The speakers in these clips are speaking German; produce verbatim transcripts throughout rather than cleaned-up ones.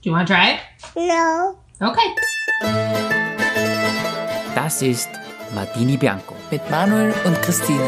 Do you want to try it? No. Okay. Das ist Martini Bianco. Mit Manuel und Christine.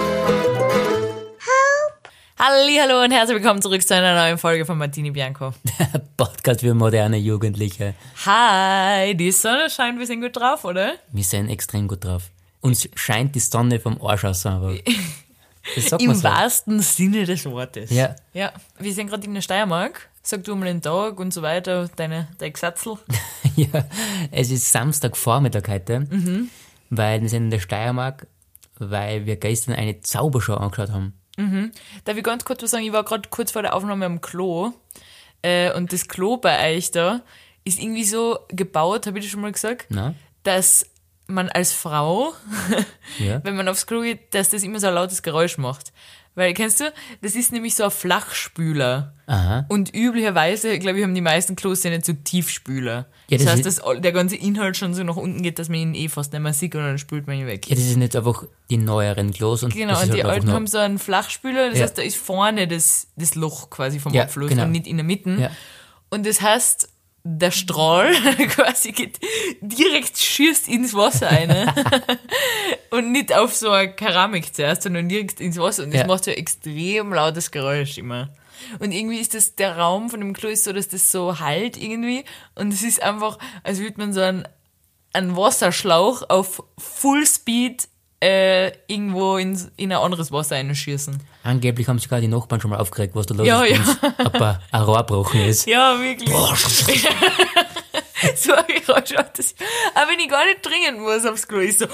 Hallihallo und herzlich willkommen zurück zu einer neuen Folge von Martini Bianco. Podcast für moderne Jugendliche. Hi, die Sonne scheint, wir sind gut drauf, oder? Wir sind extrem gut drauf. Uns scheint die Sonne vom Arsch aus einfach. Das sagt man Im so. wahrsten Sinne des Wortes. Ja. Ja, wir sind gerade in der Steiermark. Sag du mal den Tag und so weiter, deine, dein Gesatzel. Ja, es ist Samstagvormittag heute, mhm. weil wir sind in der Steiermark, weil wir gestern eine Zaubershow angeschaut haben. Mhm. Darf ich ganz kurz was sagen? Ich war gerade kurz vor der Aufnahme am Klo äh, und das Klo bei euch da ist irgendwie so gebaut, habe ich das schon mal gesagt, Na? dass man als Frau, Ja. wenn man aufs Klo geht, dass das immer so ein lautes Geräusch macht. Weil, kennst du, das ist nämlich so ein Flachspüler. Aha. Und üblicherweise, glaube ich, haben die meisten Klos ja nicht so Tiefspüler. Ja, das, das heißt, ist- dass der ganze Inhalt schon so nach unten geht, dass man ihn eh fast nicht mehr sieht und dann spült man ihn weg. Ja, das sind jetzt einfach die neueren Klos. Und Genau, das ist und halt die einfach alten nur- haben so einen Flachspüler, das Ja. heißt, da ist vorne das, das Loch quasi vom Ja, Abfluss genau. und nicht in der Mitte. Ja. Und das heißt, der Strahl quasi geht direkt schießt ins Wasser rein. Und nicht auf so eine Keramik zuerst, sondern direkt ins Wasser. Und das Ja. macht so ein extrem lautes Geräusch immer. Und irgendwie ist das, der Raum von dem Klo ist so, dass das so halt irgendwie. Und es ist einfach, als würde man so einen, einen Wasserschlauch auf Fullspeed äh, irgendwo ins, in ein anderes Wasser einschießen. Angeblich haben sich gerade die Nachbarn schon mal aufgeregt, was da los Ja, ist, ja. wenn's ob ein ein Rohr gebrochen ist. Ja, wirklich. So ein Geräusch hat das. Aber wenn ich gar nicht dringend muss aufs Klo, ist so.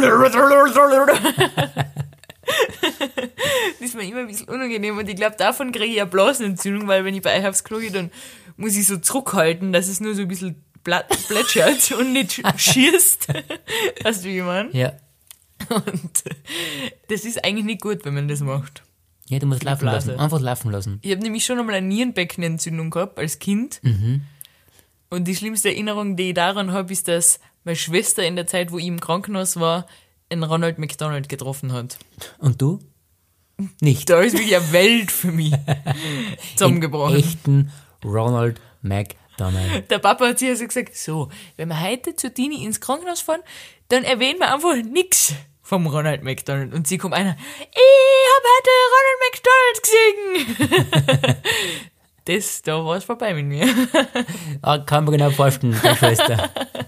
Das ist mir immer ein bisschen unangenehm und ich glaube, davon kriege ich eine Blasenentzündung, weil wenn ich bei euch aufs Klo gehe, dann muss ich so zurückhalten, dass es nur so ein bisschen plat- plätschert und nicht schießt. Weißt du, wie ich meine? Ja. Und das ist eigentlich nicht gut, wenn man das macht. Ja, du musst laufen Blase. lassen. Einfach laufen lassen. Ich habe nämlich schon einmal eine Nierenbeckenentzündung gehabt als Kind. Und die schlimmste Erinnerung, die ich daran habe, ist, dass meine Schwester in der Zeit, wo ich im Krankenhaus war, einen Ronald McDonald getroffen hat. Und du? Nicht. Da ist wirklich eine Welt für mich zusammengebrochen. Den echten Ronald McDonald. Der Papa hat sich also gesagt, so, wenn wir heute zu Dini ins Krankenhaus fahren, dann erwähnen wir einfach nichts vom Ronald McDonald. Und sie kommt einer, ich habe heute Ronald McDonald gesehen. Das, da war es vorbei mit mir. Ah, kann man genau vorstellen, die Schwester.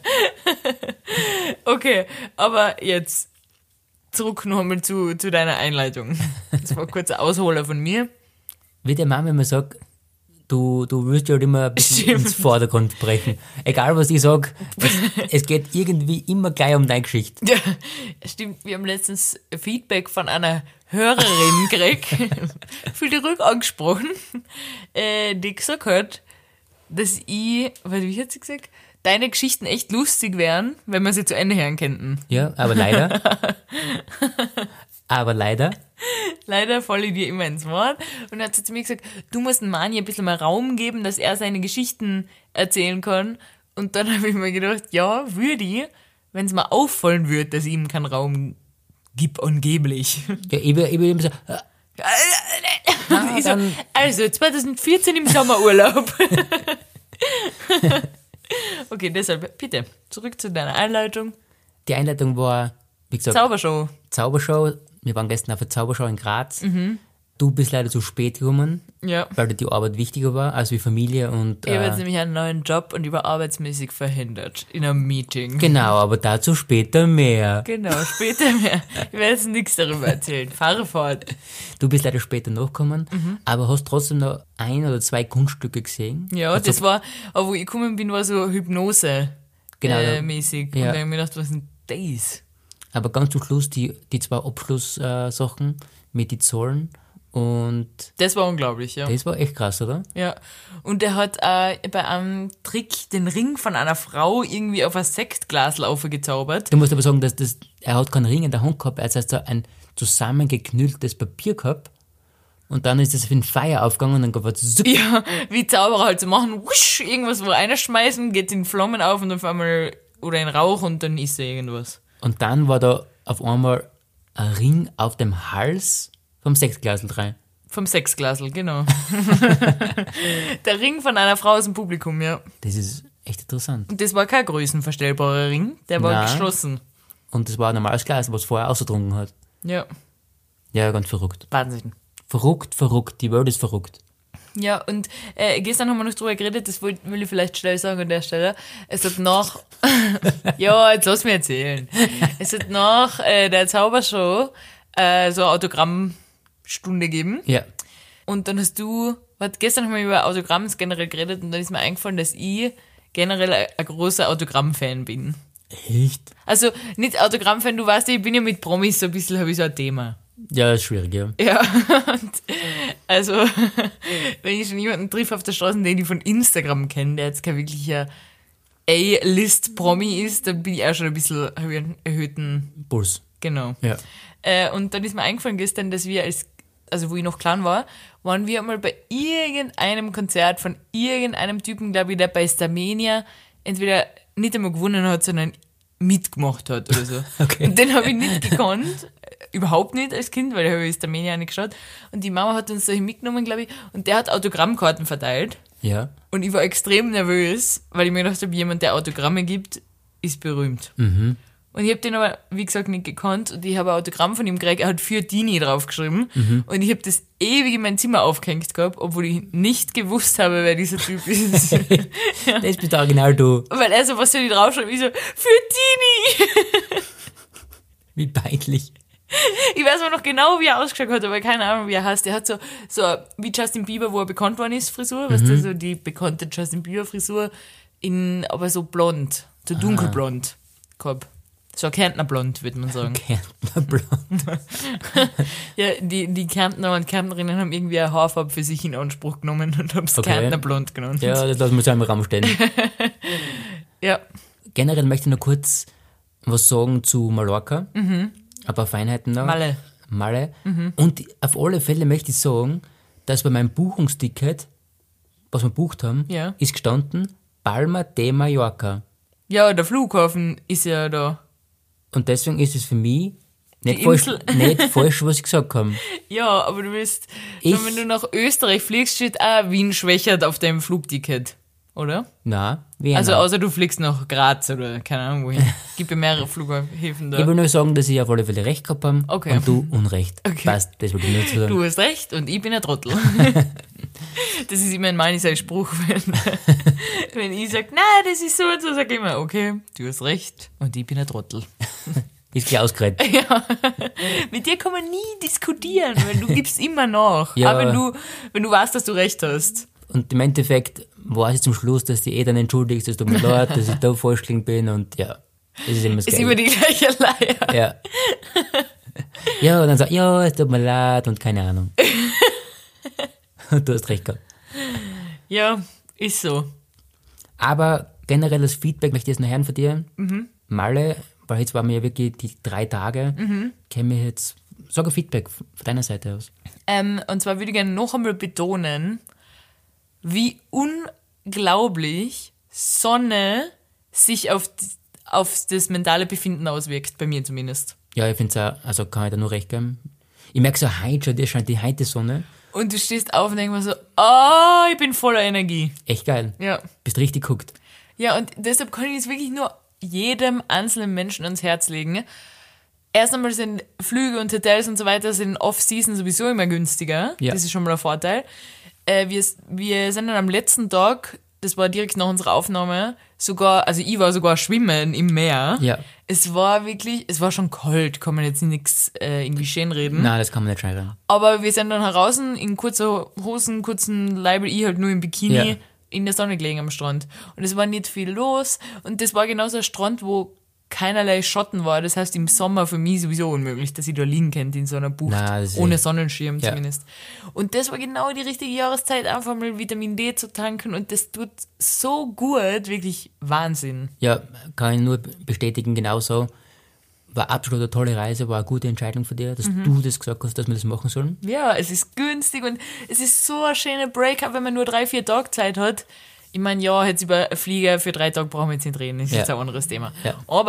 Okay, aber jetzt zurück noch einmal zu, zu deiner Einleitung. Das war kurz ein Ausholer von mir. Wie der Mama immer sagt, du, du willst ja halt immer ein bisschen Stimmt. ins Vordergrund brechen. Egal was ich sag, es, es geht irgendwie immer gleich um deine Geschichte. Ja, stimmt, wir haben letztens Feedback von einer Hörerin gekriegt, viel zurück angesprochen, äh, die gesagt hat, dass ich, warte, wie hat sie gesagt, deine Geschichten echt lustig wären, wenn wir sie zu Ende hören könnten. Ja, aber leider. aber leider. Leider falle ich dir immer ins Wort. Und dann hat sie zu mir gesagt, du musst dem Mani ein bisschen mehr Raum geben, dass er seine Geschichten erzählen kann. Und dann habe ich mir gedacht, ja, würde ich, wenn es mir auffallen würde, dass ich ihm keinen Raum gibt, angeblich. Ja, ich will, ich will immer so, äh, Und ich so, dann- also zwanzig vierzehn im Sommerurlaub. Okay, deshalb, bitte, zurück zu deiner Einleitung. die Einleitung war, wie gesagt, Zaubershow. Zaubershow. Wir waren gestern auf der Zaubershow in Graz. Du bist leider zu spät gekommen, Ja. weil dir die Arbeit wichtiger war als wie Familie und Ich habe jetzt äh, nämlich einen neuen Job und ich war arbeitsmäßig verhindert in einem Meeting. genau, aber dazu später mehr. Genau, später mehr. Ich werde jetzt nichts darüber erzählen. Fahre fort. Du bist leider später nachgekommen, aber hast trotzdem noch ein oder zwei Kunststücke gesehen. Ja, Also, das war, aber wo ich gekommen bin, war so Hypnose Genau, äh, ja. mäßig. Ja. Und dann habe ich mir gedacht, was ist denn das? Aber ganz zum Schluss die, die zwei Abschlusssachen äh, Sachen mit den Zahlen und Das war unglaublich, ja. das war echt krass, oder? Ja. Und er hat äh, bei einem Trick den Ring von einer Frau irgendwie auf ein Sektglas aufgezaubert. Du musst aber sagen, dass das, er hat keinen Ring in der Hand gehabt, er hat also ein zusammengeknülltes Papier gehabt und dann ist das wie ein Feuer aufgegangen und dann gab es zuck. Ja, wie Zauberer halt zu machen, wusch, irgendwas wo reinschmeißen, geht in Flammen auf und auf einmal, oder in Rauch und dann ist da irgendwas. Und dann war da auf einmal ein Ring auf dem Hals vom Sektglasl rein. Vom Sechsglasl, genau. Der Ring von einer Frau aus dem Publikum, ja. Das ist echt interessant. Und das war kein größenverstellbarer Ring, der war Nein. geschlossen. Und das war ein normales Glas, was vorher ausgetrunken hat. Ja, Ja, ganz verrückt. Wahnsinn. Verrückt, verrückt. Die Welt ist verrückt. Ja, und äh, gestern haben wir noch drüber geredet, das will, will ich vielleicht schnell sagen an der Stelle. Es hat nach... ja, jetzt lass mich erzählen. Es hat nach äh, der Zaubershow äh, so eine Autogrammstunde gegeben. Ja. Und dann hast du... Warte, gestern haben wir über Autogramms generell geredet und dann ist mir eingefallen, dass ich generell ein, ein großer Autogramm-Fan bin. Echt? Also nicht Autogramm-Fan, du weißt ja, ich bin ja mit Promis so ein bisschen, habe ich so ein Thema. Ja, ist schwierig, ja. Ja, und also, wenn ich schon jemanden triff auf der Straße, den ich von Instagram kenne, der jetzt kein wirklicher A-List-Promi ist, dann bin ich auch schon ein bisschen, habe ich einen erhöhten, Puls. genau. Ja. Äh, und dann ist mir eingefallen gestern, dass wir als, also wo ich noch klein war, waren wir mal bei irgendeinem Konzert von irgendeinem Typen, glaube ich, der bei Starmania entweder nicht einmal gewonnen hat, sondern mitgemacht hat oder so. Okay. Und den habe ich nicht gekannt, überhaupt nicht als Kind, weil ich habe Starmania auch nicht geschaut. Und die Mama hat uns dahin mitgenommen, glaube ich, und der hat Autogrammkarten verteilt. Ja. Und ich war extrem nervös, weil ich mir gedacht habe, jemand, der Autogramme gibt, ist berühmt. Mhm. Und ich habe den aber, wie gesagt, nicht gekannt und ich habe ein Autogramm von ihm gekriegt, er hat für Dini draufgeschrieben Mhm. und ich habe das ewig in mein Zimmer aufgehängt gehabt, obwohl ich nicht gewusst habe, wer dieser Typ ist. Ja. Das bist original du. Weil er so, was soll ich draufschreiben? Ich so, für Dini! Wie peinlich. Ich weiß aber noch genau, wie er ausgeschaut hat, aber keine Ahnung, wie er heißt. Der hat so, so wie Justin Bieber, wo er bekannt worden ist, Frisur, weißt du, so die bekannte Justin Bieber Frisur, in, aber so blond, so dunkelblond gehabt. So ein Kärntner Blond, würde man sagen. Kärntner Blond. Ja, die, die Kärntner und Kärntnerinnen haben irgendwie eine Haarfarbe für sich in Anspruch genommen und haben es Okay. Kärntner Blond genannt. Ja, das lassen wir so im Raum stehen. Ja. Generell möchte ich noch kurz was sagen zu Mallorca. Mhm. Ein paar Feinheiten noch. Malle. Malle. Und auf alle Fälle möchte ich sagen, dass bei meinem Buchungsticket, was wir bucht haben, Ja. ist gestanden Palma de Mallorca. Ja, der Flughafen ist ja da. Und deswegen ist es für mich nicht Die falsch, Insel. nicht falsch, was ich gesagt habe. Ja, aber du willst, Ich- schon wenn du nach Österreich fliegst, steht auch Wien schwächert auf deinem Flugticket, oder? Nein, Vienna. Also außer du fliegst nach Graz oder keine Ahnung wohin. Gibt ja mehrere Flughäfen da. ich will nur sagen, dass ich auf alle Fälle recht gehabt habe Okay. und du Unrecht. Okay. Passt, das wollte ich nur zu sagen. Du hast recht und ich bin ein Trottel. Das ist immer ein Maniser Spruch, wenn, wenn ich sage, nein, das ist so und so, sag ich immer, okay, du hast recht und ich bin ein Trottel. Ist gleich ausgeredet. Ja. Mit dir kann man nie diskutieren, weil du gibst immer nach. Ja. Aber wenn du, wenn du weißt, dass du recht hast. Und im Endeffekt war es zum Schluss, dass du eh dann entschuldigst, dass du mir leid, dass ich da falsch gelegen bin und ja, das ist immer das Ist Gleiche. immer die gleiche Leier. Ja. Ja, und dann sagt, ja, es tut mir leid und keine Ahnung. Und du hast recht gehabt. Ja, ist so. Aber generelles Feedback möchte ich jetzt noch hören von dir. Mhm. Malle, weil jetzt waren wir ja wirklich die drei Tage, Mhm. käme ich jetzt, sag ein Feedback von deiner Seite aus. Ähm, und zwar würde ich gerne noch einmal betonen, wie unglaublich Sonne sich auf, d- auf das mentale Befinden auswirkt, bei mir zumindest. Ja, ich finde es auch, also kann ich da nur recht geben. Ich merke so, heute schon, dir scheint die heute Sonne. Und du stehst auf und denkst mir so, oh, ich bin voller Energie. Echt geil. Ja. Bist richtig guckt. Ja, und deshalb kann ich jetzt wirklich nur jedem einzelnen Menschen ans Herz legen. Erst einmal sind Flüge und Hotels und so weiter sind Off-Season sowieso immer günstiger. Ja. Das ist schon mal ein Vorteil. Äh, wir, wir sind dann am letzten Tag, das war direkt nach unserer Aufnahme, sogar, also ich war sogar schwimmen im Meer. Ja. Es war wirklich, es war schon kalt, kann man jetzt nichts äh, irgendwie schön reden. Nein, das kann man nicht schreiben. Aber wir sind dann heraus in kurzer Hosen, kurzen Leibel, ich halt nur im Bikini, Ja. in der Sonne gelegen am Strand. Und es war nicht viel los. Und das war genauso ein Strand, wo keinerlei Schatten war. Das heißt, im Sommer für mich sowieso unmöglich, dass ich da liegen könnte in so einer Bucht. Na, das ist ohne eh- Sonnenschirm Ja. zumindest. Und das war genau die richtige Jahreszeit, einfach mal Vitamin D zu tanken. Und das tut so gut, wirklich Wahnsinn. Ja, kann ich nur bestätigen, genauso. War absolut eine tolle Reise, war eine gute Entscheidung von dir, dass du das gesagt hast, dass wir das machen sollen. Ja, es ist günstig und es ist so ein schöner Break, auch wenn man nur drei, vier Tage Zeit hat. Ich meine, ja, jetzt über einen Flieger für drei Tage brauchen wir jetzt nicht reden, das ist Ja. jetzt ein anderes Thema. Ja. Aber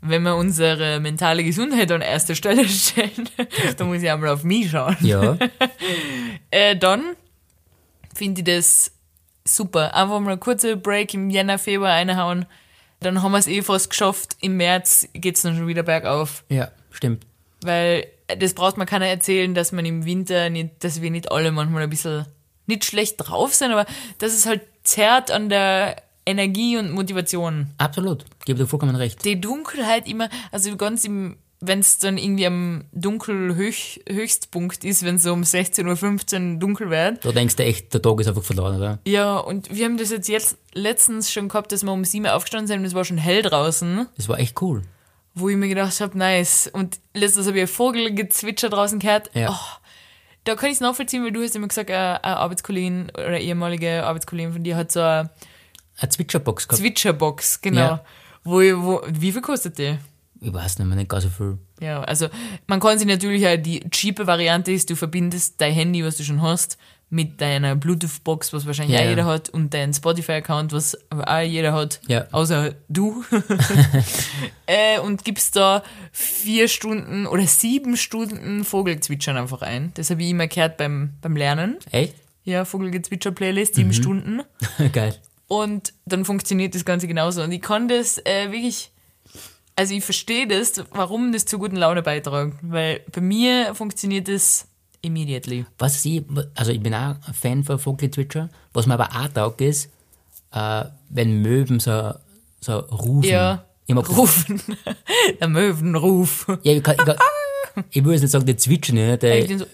wenn wir unsere mentale Gesundheit an erster Stelle stellen, da muss ich einmal auf mich schauen. Ja. äh, dann finde ich das super. Einfach mal einen kurzen Break im Jänner, Februar reinhauen. Dann haben wir es eh fast geschafft. Im März geht es dann schon wieder bergauf. Ja, stimmt. Weil das braucht man keiner erzählen, dass man im Winter nicht, dass wir nicht alle manchmal ein bisschen nicht schlecht drauf sind, aber dass es halt zerrt an der Energie und Motivation. Absolut. Gebe dir vollkommen recht. Die Dunkelheit immer, also ganz im, wenn es dann irgendwie am Dunkelhöchstpunkt ist, wenn es so um sechzehn Uhr fünfzehn dunkel wird. Da denkst du echt, der Tag ist einfach verloren, oder? Ja, und wir haben das jetzt, jetzt letztens schon gehabt, dass wir um sieben Uhr aufgestanden sind und es war schon hell draußen. Das war echt cool. Wo ich mir gedacht habe, nice. Und letztens habe ich ein Vogelgezwitscher draußen gehört. Ja. Oh, da kann ich es nachvollziehen, weil du hast immer gesagt, eine Arbeitskollegin oder eine ehemalige Arbeitskollegin von dir hat so eine Eine Zwitscherbox gehabt. Zwitscherbox, genau. Ja. Wo, ich, wo, wie viel kostet die? Ich weiß nicht mehr, nicht gar so viel. Ja, also man kann sich natürlich auch, die cheape Variante ist, du verbindest dein Handy, was du schon hast, mit deiner Bluetooth-Box, was wahrscheinlich Ja, auch jeder ja. hat, und dein Spotify-Account, was aber auch jeder hat, Ja. außer du. äh, und gibst da vier Stunden oder sieben Stunden Vogelzwitschern einfach ein. Das habe ich immer gehört beim, beim Lernen. Echt? Ja, Vogelgezwitscher-Playlist, sieben Mhm. Stunden. Geil. Und dann funktioniert das Ganze genauso. Und ich kann das äh, wirklich, also ich verstehe das, warum das zur guten Laune beiträgt. Weil bei mir funktioniert das immediately. Was ich, also ich bin auch ein Fan von Vogelzwitscher. Was mir aber auch taugt ist, äh, wenn Möwen so, so rufen. Ja, Ich mag das- rufen. Der Möwenruf. Ja, ich, kann, ich, kann, ich will jetzt nicht sagen, die zwitschern nicht. Ich Die, bin so,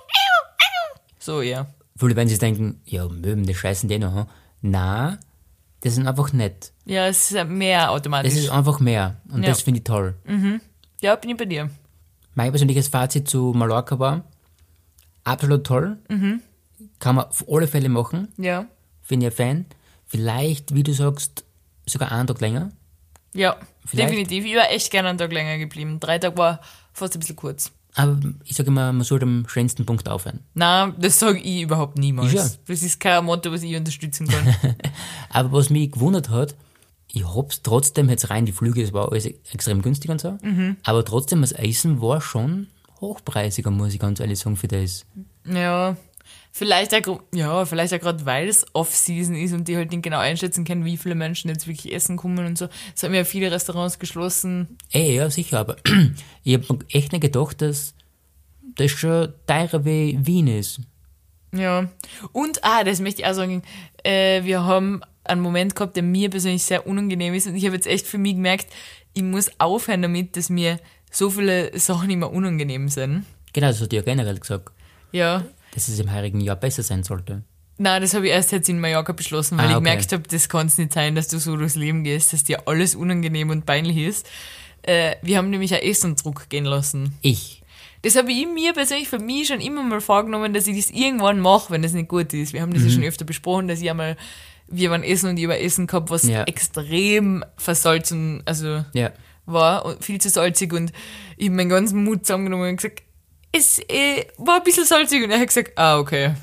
so, ja. viele werden sich denken, ja, Möwen, die scheißen die noch. Nein, das sind einfach nett. Ja, es ist mehr automatisch. Das ist einfach mehr. Und Ja. das finde ich toll. Ja, bin ich bei dir. Mein persönliches Fazit zu Mallorca war, absolut toll. Mhm. Kann man auf alle Fälle machen. Ja. Finde ich ein Fan. Vielleicht, wie du sagst, sogar einen Tag länger. Ja, Vielleicht. definitiv. Ich war echt gerne einen Tag länger geblieben. Drei Tage war fast ein bisschen kurz. Aber ich sage immer, man sollte am schönsten Punkt aufhören. Nein, das sage ich überhaupt niemals. Ja. Das ist kein Motto, was ich unterstützen kann. Aber was mich gewundert hat, ich hab's trotzdem jetzt rein, die Flüge, das war alles extrem günstig und so, Mhm. aber trotzdem, das Essen war schon hochpreisiger, muss ich ganz ehrlich sagen, für das. Ja, vielleicht auch, gr- ja, vielleicht auch gerade, weil es Off-Season ist und die halt nicht genau einschätzen können, wie viele Menschen jetzt wirklich essen kommen und so. Es haben ja viele Restaurants geschlossen. Ey, ja, sicher, aber ich hab mir echt nicht gedacht, dass das schon teurer wie Wien ist. Ja. Und, ah, das möchte ich auch sagen, äh, wir haben einen Moment gehabt, der mir persönlich sehr unangenehm ist und ich habe jetzt echt für mich gemerkt, ich muss aufhören damit, dass mir so viele Sachen immer unangenehm sind. Genau, das hat ich ja generell gesagt, Ja. dass es im heurigen Jahr besser sein sollte. Nein, das habe ich erst jetzt in Mallorca beschlossen, weil Ah, ich okay. gemerkt habe, das kann es nicht sein, dass du so durchs Leben gehst, dass dir alles unangenehm und peinlich ist. Äh, wir haben nämlich ein Essensdruck gehen lassen. Ich. Das habe ich mir persönlich für mich schon immer mal vorgenommen, dass ich das irgendwann mache, wenn das nicht gut ist. Wir haben das Mhm. ja schon öfter besprochen, dass ich einmal, wir waren essen und ich habe Essen gehabt, was Ja. extrem versalzen, also Ja. war und viel zu salzig und ich habe meinen ganzen Mut zusammengenommen und gesagt, es äh, war ein bisschen salzig und er hat gesagt, ah, okay.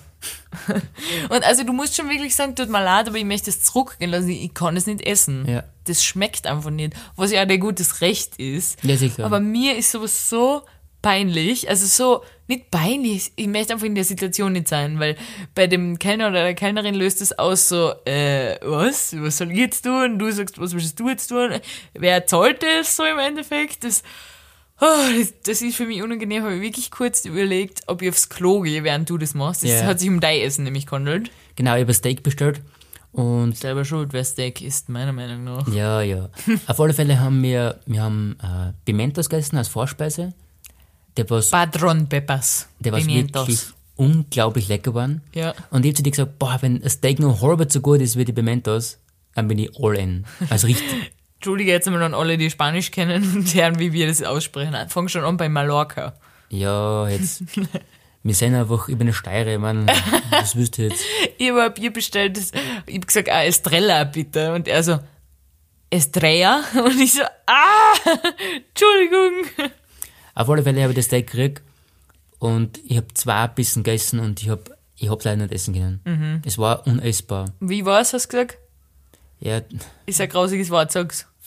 Und also du musst schon wirklich sagen, tut mir leid, aber ich möchte es zurückgehen lassen, ich kann es nicht essen. Ja. Das schmeckt einfach nicht, was ja auch ein gutes Recht ist. Ja, sicher. Aber mir ist sowas so peinlich, also so, nicht peinlich, ich möchte einfach in der Situation nicht sein, weil bei dem Kellner oder der Kellnerin löst es aus so, äh, was, was soll ich jetzt tun? Du sagst, was willst du jetzt tun? Wer zahlt das so im Endeffekt? Das, oh, das, das ist für mich unangenehm, habe ich wirklich kurz überlegt, ob ich aufs Klo gehe, während du das machst. Das Ja. hat sich um dein Essen nämlich gehandelt. Genau, ich habe ein Steak bestellt und Selber schuld, wer Steak isst, meiner Meinung nach. ja, ja. Auf alle Fälle haben wir, wir haben äh, Pimentos gegessen als Vorspeise. Der was, Padron Peppers. der was Pimientos. wirklich unglaublich lecker war. Ja. Und ich habe zu dir gesagt, boah, wenn ein Steak nur halb so gut ist wie die Pimentos, dann bin ich all in. Also richtig. Entschuldige jetzt einmal an alle, die Spanisch kennen und hören, wie wir das aussprechen. Fang schon an bei Mallorca. Ja, jetzt. Wir sind einfach über eine Steiere, man. Das willst du jetzt. Ich habe ein Bier bestellt, das, ich habe gesagt, ah, Estrella bitte. Und er so, Estrella? Und ich so, ah, Entschuldigung. Auf alle Fälle habe ich das Steak gekriegt und ich habe zwei Bissen gegessen und ich habe ich hab's leider nicht essen können. Mhm. Es war unessbar. Wie war's, hast du gesagt? Ja, Ist ein grausiges Wort, sag's.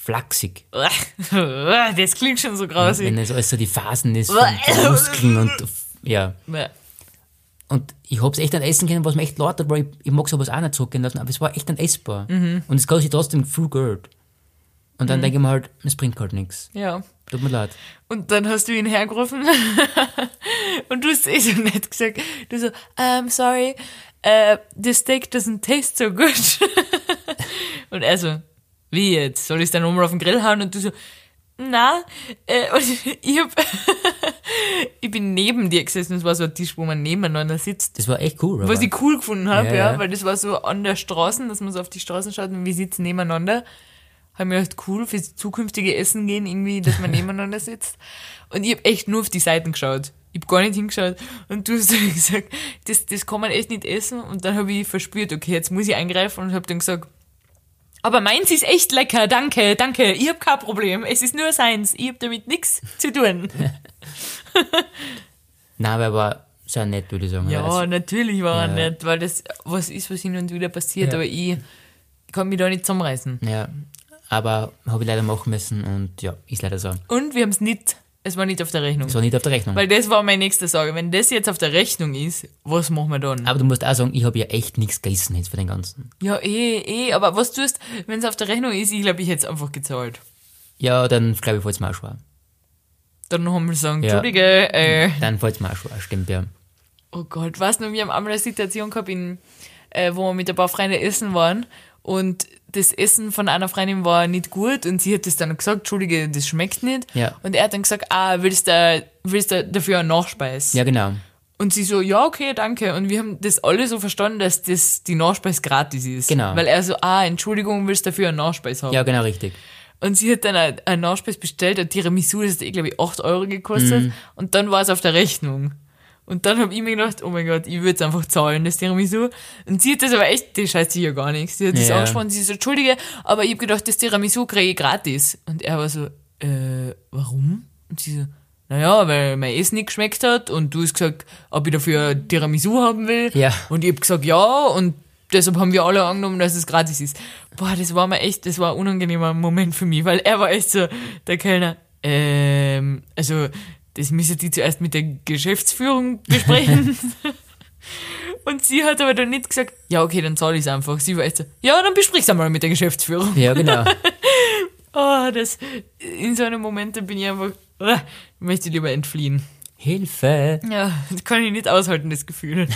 flachsig. Das klingt schon so grausig. Wenn es alles so die Phasen ist von den Muskeln und ja. Und ich hab's echt an Essen können, was mir echt leid hat, weil ich, ich mag sowas auch nicht zurückgehen lassen, aber es war echt dann essbar. Mhm. Und es kostet trotzdem viel Geld. Und dann mhm. denke ich mir halt, es bringt halt nichts. Ja. Tut mir leid. Und dann hast du ihn hergerufen und du hast eh so nett gesagt, du so, um, sorry, uh, the steak doesn't taste so good. Und er so, wie jetzt? Soll ich es dann nochmal auf den Grill hauen? Und du so, na, äh, und ich hab, ich bin neben dir gesessen, das war so ein Tisch, wo man nebeneinander sitzt. Das war echt cool, oder? Was ich cool gefunden habe, ja, Ja, ja, weil das war so an der Straße, dass man so auf die Straßen schaut und wir sitzen nebeneinander. Haben wir gedacht, cool, fürs zukünftige Essen gehen, irgendwie, dass man nebeneinander sitzt. Und ich hab echt nur auf die Seiten geschaut. Ich hab gar nicht hingeschaut. Und du hast dann gesagt, das, das kann man echt nicht essen. Und dann habe ich verspürt, okay, jetzt muss ich eingreifen und hab dann gesagt, aber meins ist echt lecker, danke, danke, ich hab kein Problem, es ist nur seins, ich hab damit nichts zu tun. Nein, aber er war sehr nett, würde ich sagen. Ja, also, natürlich war ja. er nett, weil das was ist, was hin und wieder passiert, Ja. aber ich kann mich da nicht zusammenreißen. Ja, aber habe ich leider machen müssen und ja, ist leider so. Und wir haben es nicht, es war nicht auf der Rechnung. Es war nicht auf der Rechnung. Weil das war meine nächste Sorge. Wenn das jetzt auf der Rechnung ist, was machen wir dann? Aber du musst auch sagen, ich habe ja echt nichts gegessen jetzt für den Ganzen. Ja, eh, eh, aber was tust, wenn es auf der Rechnung ist, ich glaube, ich hätte es einfach gezahlt. Ja, dann glaube ich, fällt es mir auch schwer. Dann haben wir sagen, Ja. Entschuldige, äh, Dann fällt es mir auch schwer, stimmt, ja. oh Gott, weißt du noch, wir haben einmal eine Situation gehabt, in, äh, wo wir mit ein paar Freunden essen waren und das Essen von einer Freundin war nicht gut und sie hat das dann gesagt, Entschuldige, das schmeckt nicht. Ja. Und er hat dann gesagt, ah, willst du, willst du dafür einen Nachspeis? Ja, genau. Und sie so, ja, okay, danke. Und wir haben das alle so verstanden, dass das die Nachspeis gratis ist. Genau. Weil er so, ah, Entschuldigung, willst du dafür einen Nachspeis haben? Ja, genau, richtig. Und sie hat dann ein, ein Nachspeis bestellt, ein Tiramisu, das hat eh, glaube ich, acht Euro gekostet. Mhm. Und dann war es auf der Rechnung. Und dann habe ich mir gedacht, oh mein Gott, ich würde es einfach zahlen, das Tiramisu. Und sie hat das aber echt, die scheißt sich ja gar nichts. Sie hat das Ja. angesprochen, sie so, Entschuldige, aber ich habe gedacht, das Tiramisu kriege ich gratis. Und er war so, äh, warum? Und sie so, naja, weil mein Essen nicht geschmeckt hat und du hast gesagt, ob ich dafür ein Tiramisu haben will. Ja. Und ich habe gesagt, ja, und deshalb haben wir alle angenommen, dass es gratis ist. Boah, das war mir echt, das war ein unangenehmer Moment für mich, weil er war echt so, der Kellner, ähm, also, das müssen die zuerst mit der Geschäftsführung besprechen. Und sie hat aber dann nicht gesagt, ja, okay, dann zahle ich es einfach. Sie war echt so, ja, dann besprich's einmal mit der Geschäftsführung. Ja, genau. Oh, das, in so einem Moment, da bin ich einfach, uh, möchte lieber entfliehen. Hilfe! Ja, das kann ich nicht aushalten, das Gefühl.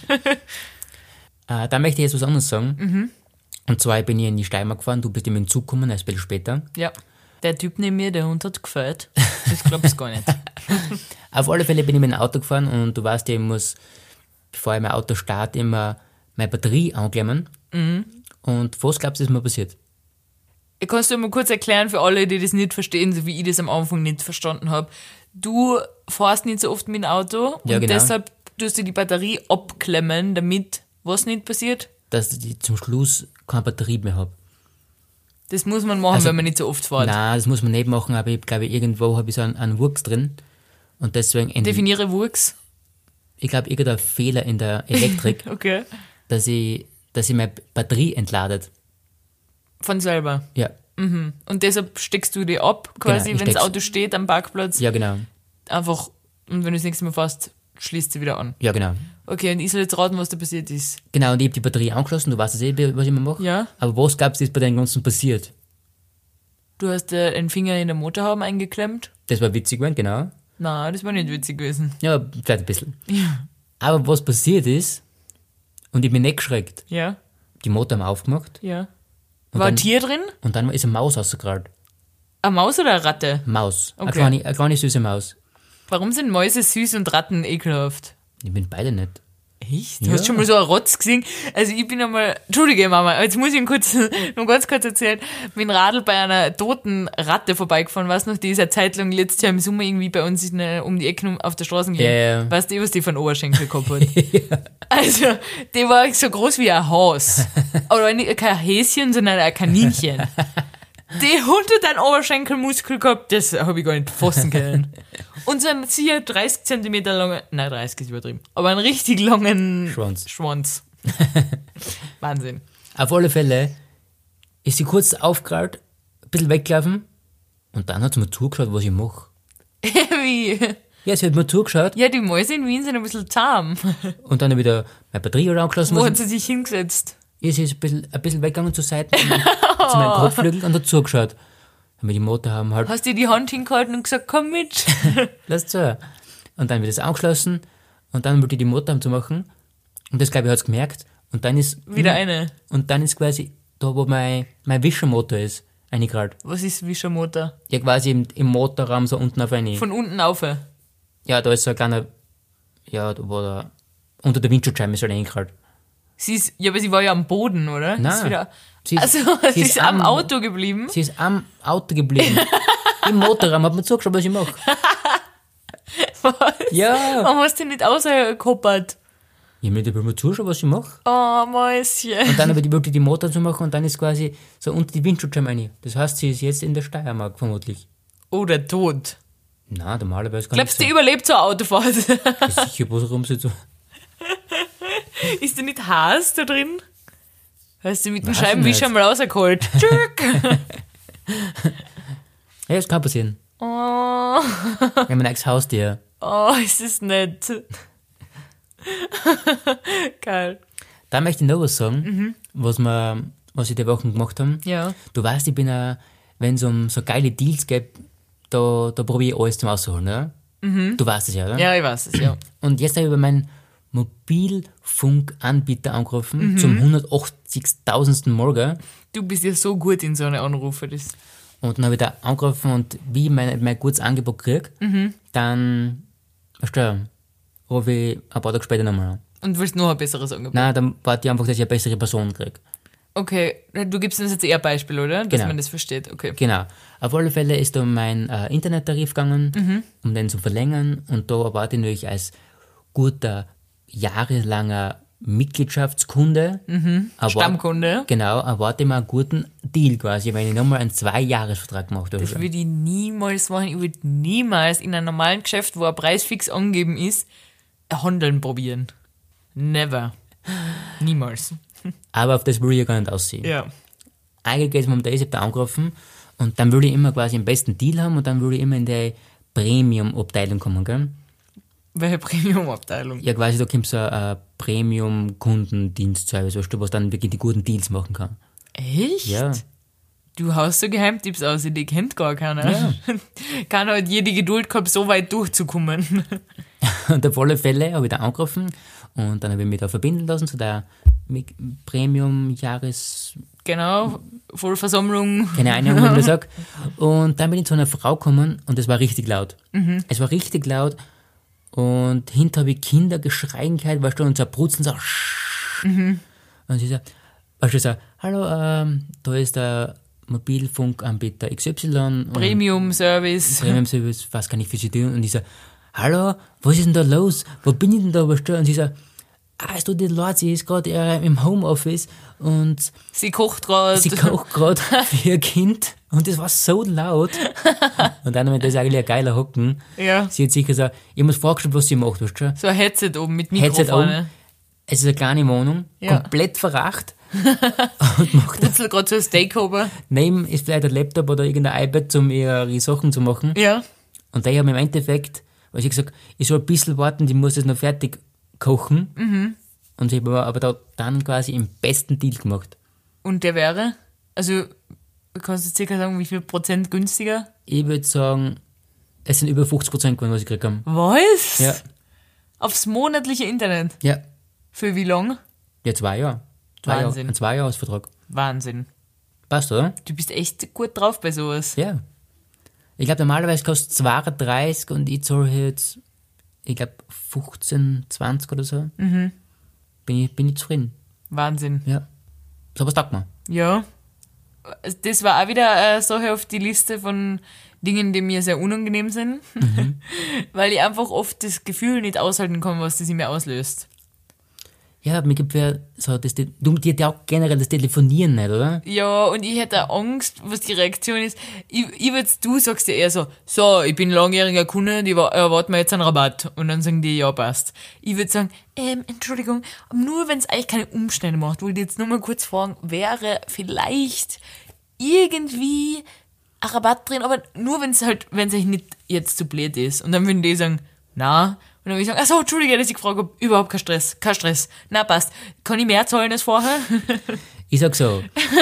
Äh, da möchte ich jetzt was anderes sagen. Mhm. Und zwar bin ich in die Steiermark gefahren, du bist in den Zug gekommen, erst ein bisschen später. Ja. Der Typ neben mir, der Hund hat gefällt. Das glaubst du gar nicht. Auf alle Fälle bin ich mit dem Auto gefahren und du weißt ja, ich muss, bevor ich mein Auto starte, immer meine Batterie anklemmen. Mhm. Und was glaubst du, ist mir passiert? Kannst du mal kurz erklären für alle, die das nicht verstehen, so wie ich das am Anfang nicht verstanden habe. Du fährst nicht so oft mit dem Auto Ja, und genau. deshalb tust du die Batterie abklemmen, damit was nicht passiert? Dass ich zum Schluss keine Batterie mehr habe. Das muss man machen, Also, wenn man nicht so oft fährt. Nein, das muss man nicht machen, aber ich glaube, irgendwo habe ich so einen, einen Wurks drin. Und deswegen, in, Definiere Wurks. ich glaube, irgendein Fehler in der Elektrik, Okay. dass ich, dass ich meine Batterie entladet. Von selber. Ja, Und deshalb steckst du die ab, quasi, Genau, ich wenn das steck's- Auto steht am Parkplatz. ja genau. Einfach, und wenn du das nächste Mal fährst, schließt sie wieder an. Ja, genau. Okay, und ich soll jetzt raten, was da passiert ist. Genau, und ich habe die Batterie angeschlossen, du weißt es eh, was ich immer mache. Ja. Aber was glaubst du, ist bei dem Ganzen passiert? Du hast äh, einen Finger in den Motorhaube eingeklemmt. Das war witzig gewesen, genau. Na, das war nicht witzig gewesen. Ja, vielleicht ein bisschen. Ja. Aber was passiert ist, und ich bin nicht geschreckt, Ja, die Motor haben aufgemacht ja. Und War ein dann- Tier drin? und dann ist eine Maus rausgekrallt. Eine Maus oder eine Ratte? Maus. Eine, Okay. kleine, eine kleine süße Maus. Warum sind Mäuse süß und Ratten ekelhaft? Ich bin beide nicht. Echt? Du Ja. hast schon mal so einen Rotz gesehen? Also ich bin einmal, Entschuldige Mama, jetzt muss ich ihn kurz, noch ganz kurz erzählen, bin Radl bei einer toten Ratte vorbeigefahren, weißt du noch, die ist eine Zeit lang letztes Jahr im Sommer irgendwie bei uns in, der- um die Ecke um- auf der Straße gegangen. Ja, ja. Weißt du, was die von Oberschenkel gehabt hat? Also, die war so groß wie ein Haus. Aber nicht kein Häschen, sondern ein Kaninchen. Die Hund hat einen Oberschenkelmuskel gehabt, das habe ich gar nicht fassen können. Und so einen sicher dreißig Zentimeter langen, nein, dreißig ist übertrieben, aber einen richtig langen Schwanz. Schwanz. Wahnsinn. Auf alle Fälle ist sie kurz aufgekrallt, ein bisschen weggelaufen und dann hat sie mir zugeschaut, was ich mache. Wie? Ja, sie hat mir zugeschaut Ja, die Mäuse in Wien sind ein bisschen zahm. und dann wieder meine Batterie angeschlossen. Wo was hat sie sich hingesetzt? Ja, sie ist ein bisschen, ein bisschen weggegangen zur Seite, zu meinem Kotflügel und hat zugeschaut. Wenn wir die Motor haben, halt, Hast du die Hand hingehalten und gesagt, komm mit? lass zu. Und dann wird es angeschlossen und dann wollte ich die Motor haben zu machen. Und das, glaube ich, hat es gemerkt. Und dann ist. Wieder eine. Und dann ist quasi da, wo mein, mein Wischermotor ist, eingekrallt. Was ist Wischermotor? Ja, quasi im, im Motorraum so unten auf eine. Von unten auf. Ja, da ist so ein kleiner. Ja, da war da. Unter der Windschutzscheibe ist halt eingekrallt. Sie ist, ja, aber sie war ja am Boden, oder? Nein. Ist wieder, Sie ist- also, sie sie ist ist am am- Auto geblieben. Sie ist am Auto geblieben. Im Motorraum hat man zugeschaut, was ich mache. Was? Ja. Warum hast du nicht ausgekoppert? Ich will mir zuschauen, was ich mache. Oh, Mäuschen. Und dann aber die wollte die Motor zu machen und dann ist quasi so unter die Windschutzscheibe rein. Das heißt, sie ist jetzt in der Steiermark vermutlich. Oder tot. Nein, normalerweise gar Glaubst du, nicht. die überlebt so eine Autofahrt? Ist sicher, warum sie so. Ist da nicht Haas da drin? Hast du mit dem Weiß ich Scheibenwischer nicht. mal rausgeholt? Tschück. Ja, das kann passieren. Oh, Wir haben ein eigenes Haustier. oh, ist das nett. Geil. Da möchte ich noch was sagen, was, wir, was ich die Wochen gemacht haben. Ja. Du weißt, ich bin ein, wenn es um so geile Deals geht, da, da probiere ich alles zum Ausholen, ja? Du weißt es ja, oder? Ja, ich weiß es, ja. Und jetzt habe ich bei meinem Mobilfunkanbieter angerufen, zum hundertachtzigtausendsten Mal, gell? Du bist ja so gut in so eine Anrufe. Das Und dann habe ich da angerufen und wie ich mein, mein gutes Angebot kriege, dann, weißt du, rufe ich ein paar Tage später nochmal an. Und willst noch ein besseres Angebot? Nein, dann warte ich einfach, dass ich eine bessere Person kriege. Okay, du gibst uns jetzt eher ein Beispiel, oder? Dass Genau. man das versteht. Okay. Genau. Auf alle Fälle ist da mein äh, Internettarif gegangen, um den zu verlängern. Und da erwarte ich natürlich als guter, jahrelanger Mitgliedschaftskunde, erwart- Stammkunde. genau, erwarte ich mir einen guten Deal quasi, wenn ich nochmal einen Zwei-Jahres-Vertrag gemacht habe. Das würde ich niemals machen. Ich würde niemals in einem normalen Geschäft, wo ein Preis fix angegeben ist, handeln probieren. Never. Niemals. Aber auf das will ich ja gar nicht aussehen. Ja. Eigentlich geht es mir um das, ich habe da angerufen und dann will ich immer quasi den besten Deal haben und dann will ich immer in die Premium-Abteilung kommen, gell? Welche Premium-Abteilung? Ja, quasi, da kommt so ein Premium-Kundendienstservice, weißt du, was dann wirklich die guten Deals machen kann. Echt? Ja. Du haust so Geheimtipps aus, die kennt gar keiner. Ja. Keiner hat je die Geduld gehabt, so weit durchzukommen. Und auf alle Fälle habe ich da angerufen und dann habe ich mich da verbinden lassen zu der Mi- Premium-Jahres... Genau, Vollversammlung. keine Ahnung, wie man das sagt. Und dann bin ich zu einer Frau gekommen und es war richtig laut. Es war richtig laut und hinter habe ich Kindergeschrei gehört, weißt du, und so ein Brutzen, so und sie sagt, weißt du, so, hallo, ähm, da ist der Mobilfunkanbieter X Y und Premium-Service. Premium-Service, was kann ich für sie tun? Und ich so, hallo, was ist denn da los? Wo bin ich denn da, weißt du? Und sie so, ah, es tut dir leid, sie ist gerade äh, im Homeoffice und Sie kocht gerade. sie kocht gerade für ihr Kind und das war so laut. Und dann habe ich das eigentlich ein geiler Hocken. Ja. Sie hat sicher so, ich muss vorgestellt, was sie macht, weißt du? So ein Headset oben mit Mikro Headset vorne. oben. Es ist eine kleine Wohnung, Ja. komplett verracht. Und macht Putzel gerade so ein Steak oben. neben ist vielleicht ein Laptop oder irgendein iPad, um ihre Sachen zu machen. Ja. Und da habe ich im Endeffekt, weil ich gesagt, ich soll ein bisschen warten, die muss das noch fertig kochen. Und ich habe aber da dann quasi im besten Deal gemacht. Und der wäre? Also, kannst du circa sagen, wie viel Prozent günstiger? Ich würde sagen, es sind über fünfzig Prozent geworden, was ich gekriegt habe. Was? Ja. Aufs monatliche Internet. Ja. Für wie lang? Ja, zwei Jahre. Zwei Wahnsinn. Jahre, ein Zwei-Jahres-Vertrag. Wahnsinn. Passt, oder? Du bist echt gut drauf bei sowas. Ja. Ich glaube, normalerweise kostet es zweiunddreißig und ich zahle jetzt, ich glaube, fünfzehn, zwanzig oder so. Mhm. Bin ich, bin ich zufrieden. Wahnsinn. Ja. So was taugt mir. Ja. Das war auch wieder eine Sache auf die Liste von Dingen, die mir sehr unangenehm sind. Mhm. Weil ich einfach oft das Gefühl nicht aushalten kann, was das in mir auslöst. Ja, mir gibt ja so, das, du, dir hat ja auch generell das Telefonieren nicht, oder? Ja, und ich hätte auch Angst, was die Reaktion ist. Ich, ich würd's, du sagst ja eher so, so, ich bin langjähriger Kunde, die wa- erwarten mir jetzt einen Rabatt. Und dann sagen die, ja, passt. Ich würde sagen, ähm, Entschuldigung, nur wenn es eigentlich keine Umstände macht, wollte ich jetzt nur mal kurz fragen, wäre vielleicht irgendwie ein Rabatt drin, aber nur wenn es halt, wenn es euch nicht jetzt zu blöd ist. Und dann würden die sagen, na, und dann würde ich sagen, ach so, Entschuldige, dass ich gefragt habe, überhaupt kein Stress, kein Stress. Na, passt. Kann ich mehr zahlen als vorher? Ich sag so,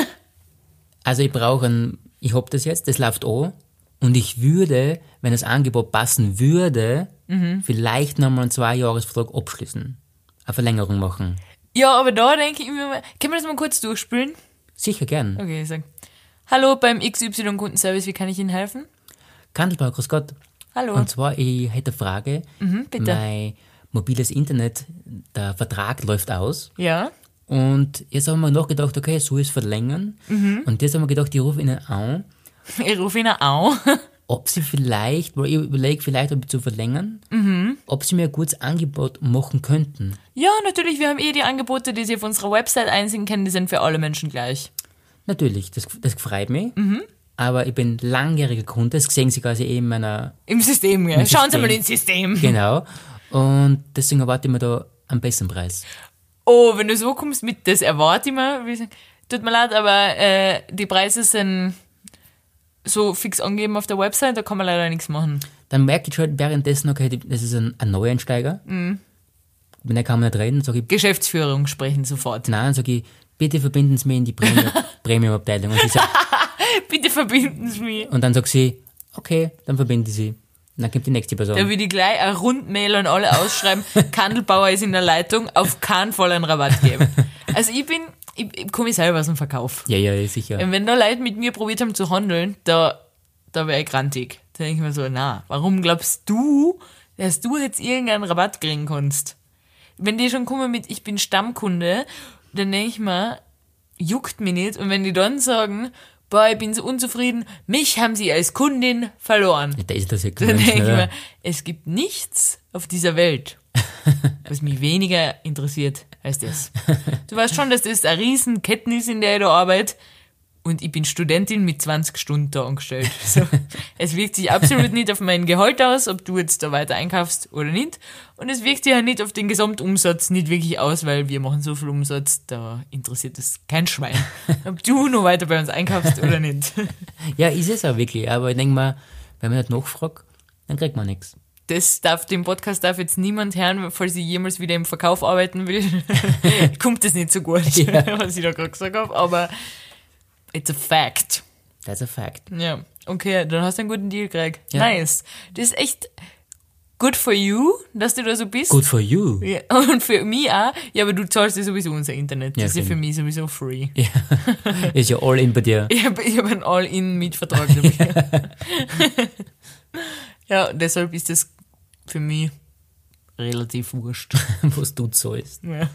also ich brauche ein, ich hab das jetzt, das läuft an und ich würde, wenn das Angebot passen würde, mhm. vielleicht nochmal einen Zwei-Jahres-Vertrag abschließen. Eine Verlängerung machen. Ja, aber da denke ich mir mal, können wir das mal kurz durchspielen? Sicher, gern. Okay, ich sag, hallo beim X Y-Kundenservice, wie kann ich Ihnen helfen? Kandelbau, grüß Gott. Hallo. Und zwar, ich hätte eine Frage. Mhm, bitte. Mein mobiles Internet, der Vertrag läuft aus. Ja. Und jetzt haben wir nachgedacht, okay, so ist verlängern. Mhm. Und jetzt haben wir gedacht, ich rufe Ihnen an. Ich rufe Ihnen an. Ob Sie vielleicht, weil ich überlege, vielleicht ob ich zu verlängern, mhm. ob Sie mir ein gutes Angebot machen könnten. Ja, natürlich, wir haben eh die Angebote, die Sie auf unserer Website einsehen können, die sind für alle Menschen gleich. Natürlich, das, das freut mich. Mhm. Aber ich bin langjähriger Kunde, das sehen Sie quasi eh in meiner... Im System, ja. Im Schauen System. Sie mal ins System. Genau. Und deswegen erwarte ich mir da einen besseren Preis. Oh, wenn du so kommst mit, das erwarte ich mir. Wie, tut mir leid, aber äh, die Preise sind so fix angegeben auf der Website, da kann man leider nichts machen. Dann merke ich schon währenddessen, okay, das ist ein, ein Neueinsteiger. Mhm. Wenn er kann man nicht reden, sage ich... Geschäftsführung sprechen sofort. Nein, dann sage ich, bitte verbinden Sie mich in die Premium- Premium-Abteilung. Und sie sagt, bitte verbinden Sie mich. Und dann sagt sie, okay, dann verbinden Sie. Und dann kommt die nächste Person. Da will ich gleich ein Rundmail an alle ausschreiben, Kandelbauer ist in der Leitung, auf keinen Fall einen Rabatt geben. Also ich bin, ich, ich komme selber aus dem Verkauf. Ja, ja, sicher. Und wenn da Leute mit mir probiert haben zu handeln, da, da wäre ich grantig. Da denke ich mir so, na, warum glaubst du, dass du jetzt irgendeinen Rabatt kriegen kannst? Wenn die schon kommen mit, ich bin Stammkunde, dann denke ich mir, juckt mich nicht. Und wenn die dann sagen, boah, ich bin so unzufrieden, mich haben sie als Kundin verloren. Da ist das ja Dann denke ich mir, es gibt nichts auf dieser Welt, was mich weniger interessiert als das. Du weißt schon, dass das eine riesen Ketten ist, in der ich da arbeite. Und ich bin Studentin mit zwanzig Stunden da angestellt. So, es wirkt sich absolut nicht auf mein Gehalt aus, ob du jetzt da weiter einkaufst oder nicht. Und es wirkt sich ja nicht auf den Gesamtumsatz nicht wirklich aus, weil wir machen so viel Umsatz, da interessiert es kein Schwein, ob du noch weiter bei uns einkaufst oder nicht. Ja, ist es auch wirklich. Aber ich denke mal, wenn man nicht nachfragt, dann kriegt man nichts. Das darf, den Podcast darf jetzt niemand hören, falls ich jemals wieder im Verkauf arbeiten will. Kommt das nicht so gut, ja. Was ich da gerade gesagt habe, aber it's a fact. That's a fact. Ja, okay, dann hast du einen guten Deal gekriegt. Ja. Nice. Das ist echt good for you, dass du da so bist. Good for you. Ja, und für mich auch. Ja, aber du zahlst ja sowieso unser Internet. Das Ja, ist ja stimmt. für mich sowieso free. Ja. Ist ja all in bei dir. Ich habe ich hab einen All-In-Mietvertrag dabei. Ja, deshalb ist das für mich relativ wurscht. Was du zahlst. Ja.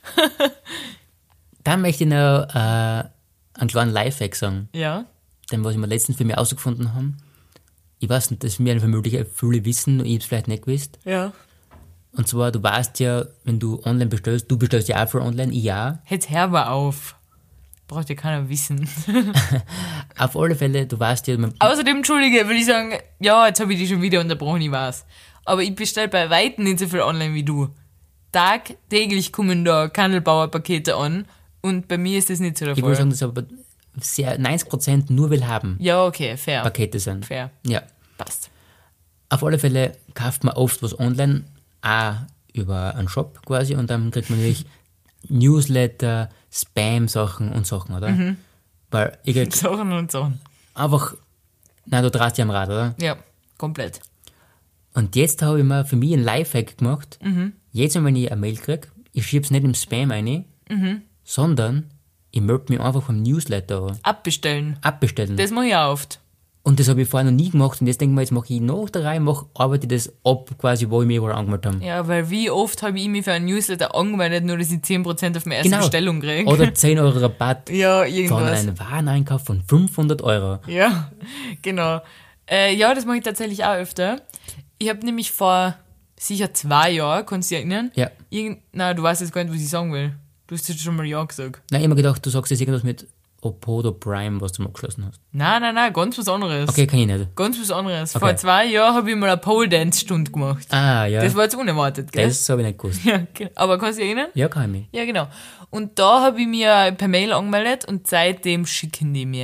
Dann möchte ich noch äh, einen kleinen Lifehack sagen. Ja. Denn was ich mir letztens für mich herausgefunden habe, ich weiß nicht, das mir vermutlich viele wissen und ich habe es vielleicht nicht gewusst. Ja. Und zwar, du weißt ja, wenn du online bestellst, du bestellst ja auch für online, ich ja. Jetzt hör mal auf. Braucht ja keiner wissen. Auf alle Fälle, du weißt ja, man, Außerdem, Entschuldige, will ich sagen, ja, jetzt habe ich dich schon wieder unterbrochen, ich weiß. Aber ich bestelle bei Weitem nicht so viel online wie du. Tagtäglich kommen da Kandelbauer-Pakete an und bei mir ist das nicht so der ich würde Fall. sagen, dass aber sehr, neunzig Prozent nur will haben Ja, okay, fair. Pakete sind. Fair. Ja. Passt. Auf alle Fälle kauft man oft was online, auch über einen Shop quasi, und dann kriegt man natürlich Newsletter, Spam-Sachen und Sachen, oder? Mhm. Weil ich krieg Sachen und Sachen. einfach, nein, du drehst dich am Rad, oder? Ja, komplett. Und jetzt habe ich mir für mich einen Lifehack gemacht. Mhm. Jetzt, wenn ich eine Mail kriege, ich schiebe es nicht im Spam rein, Mhm. sondern ich melde mich einfach vom Newsletter an. Abbestellen. Abbestellen. Das mache ich auch oft. Und das habe ich vorher noch nie gemacht und jetzt denke ich mir, jetzt mache ich nach der Reihe, mach, arbeite ich das ab, quasi, wo ich mich überall angemeldet habe. Ja, weil wie oft habe ich mich für einen Newsletter angemeldet, nur dass ich zehn Prozent auf meine erste Genau. Bestellung kriege. Oder zehn Euro Rabatt Ja, von irgendwas. einem Wareneinkauf von fünfhundert Euro. Ja, genau. Äh, ja, das mache ich tatsächlich auch öfter. Ich habe nämlich vor sicher zwei Jahren, kannst du dich erinnern? Ja. Irgend, nein, du weißt jetzt gar nicht, was ich sagen will. Du hast jetzt schon mal Ja gesagt. Nein, ich habe mir gedacht, du sagst jetzt irgendwas mit Opodo Prime, was du mal abgeschlossen hast. Nein, nein, nein, ganz was anderes. Okay, kann ich nicht. Ganz was anderes. Okay. Vor zwei Jahren habe ich mal eine Pole-Dance-Stunde gemacht. Ah, ja. Das war jetzt unerwartet, gell? Das habe ich nicht gewusst. Ja, genau. Aber kannst du dich erinnern? Ja, kann ich mich. Ja, genau. Und da habe ich mir per Mail angemeldet und seitdem schicken die mir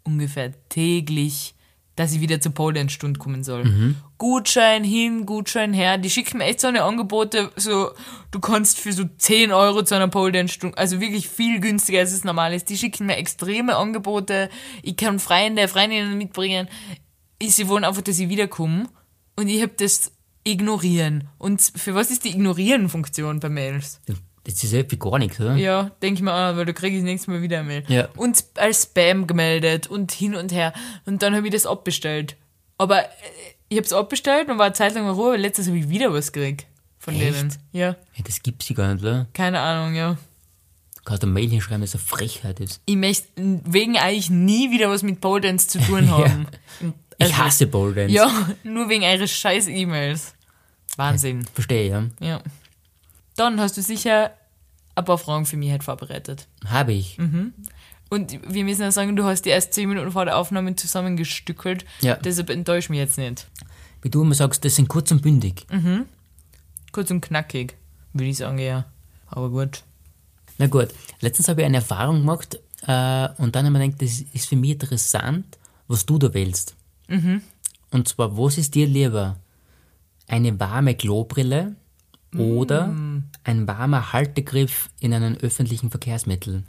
ungefähr täglich, dass ich wieder zur Pole Dance Stunde kommen soll. Mhm. Gutschein hin, Gutschein her. Die schicken mir echt so eine Angebote, so, du kannst für so zehn Euro zu einer Pole Dance Stunde, also wirklich viel günstiger als es normal ist. Die schicken mir extreme Angebote. Ich kann Freunde, Freundinnen mitbringen. Ich, sie wollen einfach, dass ich wiederkomme. Und ich hab das ignorieren. Und für was ist die Ignorieren-Funktion bei Mails? Das ist irgendwie gar nichts, oder? Ja, denke ich mir auch, weil da kriege ich das nächste Mal wieder eine Mail. Ja. Und als Spam gemeldet und hin und her. Und dann habe ich das abbestellt. Aber ich habe es abbestellt und war eine Zeit lang in Ruhe, aber letztes habe ich wieder was gekriegt von Echt? denen. Ja. Ja, das gibt's ja gar nicht, oder? Keine Ahnung, ja. Du kannst eine Mail hinschreiben, dass es eine Frechheit ist. Ich möchte wegen eigentlich nie wieder was mit Pole Dance zu tun haben. Ja. Ich hasse Pole Dance. Ja, nur wegen eures scheiß E-Mails. Wahnsinn. Ja, verstehe, ja. Ja. Dann hast du sicher ein paar Fragen für mich halt vorbereitet. Habe ich. Mhm. Und wir müssen ja sagen, du hast die erst zehn Minuten vor der Aufnahme zusammengestückelt. Ja. Deshalb enttäusch mich jetzt nicht. Wie du immer sagst, das sind kurz und bündig. Mhm. Kurz und knackig, würde ich sagen, ja. Aber gut. Na gut, letztens habe ich eine Erfahrung gemacht äh, und dann habe ich mir gedacht, das ist für mich interessant, was du da wählst. Mhm. Und zwar, was ist dir lieber? Eine warme Klobrille oder mm. ein warmer Haltegriff in einem öffentlichen Verkehrsmittel?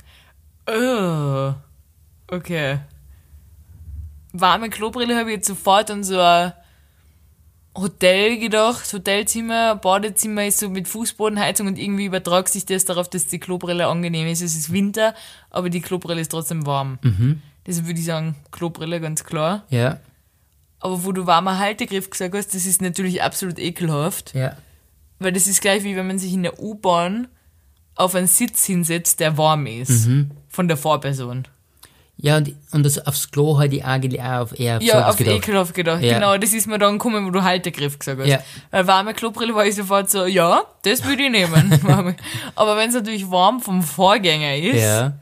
Oh, okay. Warme Klobrille habe ich jetzt sofort an so ein Hotel gedacht, Hotelzimmer, Badezimmer ist so mit Fußbodenheizung und irgendwie übertragt sich das darauf, dass die Klobrille angenehm ist. Es ist Winter, aber die Klobrille ist trotzdem warm. Mhm. Deshalb würde ich sagen, Klobrille, ganz klar. Ja. Aber wo du warmer Haltegriff gesagt hast, das ist natürlich absolut ekelhaft. Ja. Weil das ist gleich wie wenn man sich in der U-Bahn auf einen Sitz hinsetzt, der warm ist. Mhm. Von der Vorperson. Ja, und, und das aufs Klo halt ich eigentlich auch auf eher auf Ja, auf gedacht. ekelhaft gedacht. Ja. Genau, das ist mir dann gekommen, wo du Haltegriff gesagt hast. Ja. Weil warme Klobrille war ich sofort so, ja, das würde ich nehmen. Aber wenn es natürlich warm vom Vorgänger ist, Ja.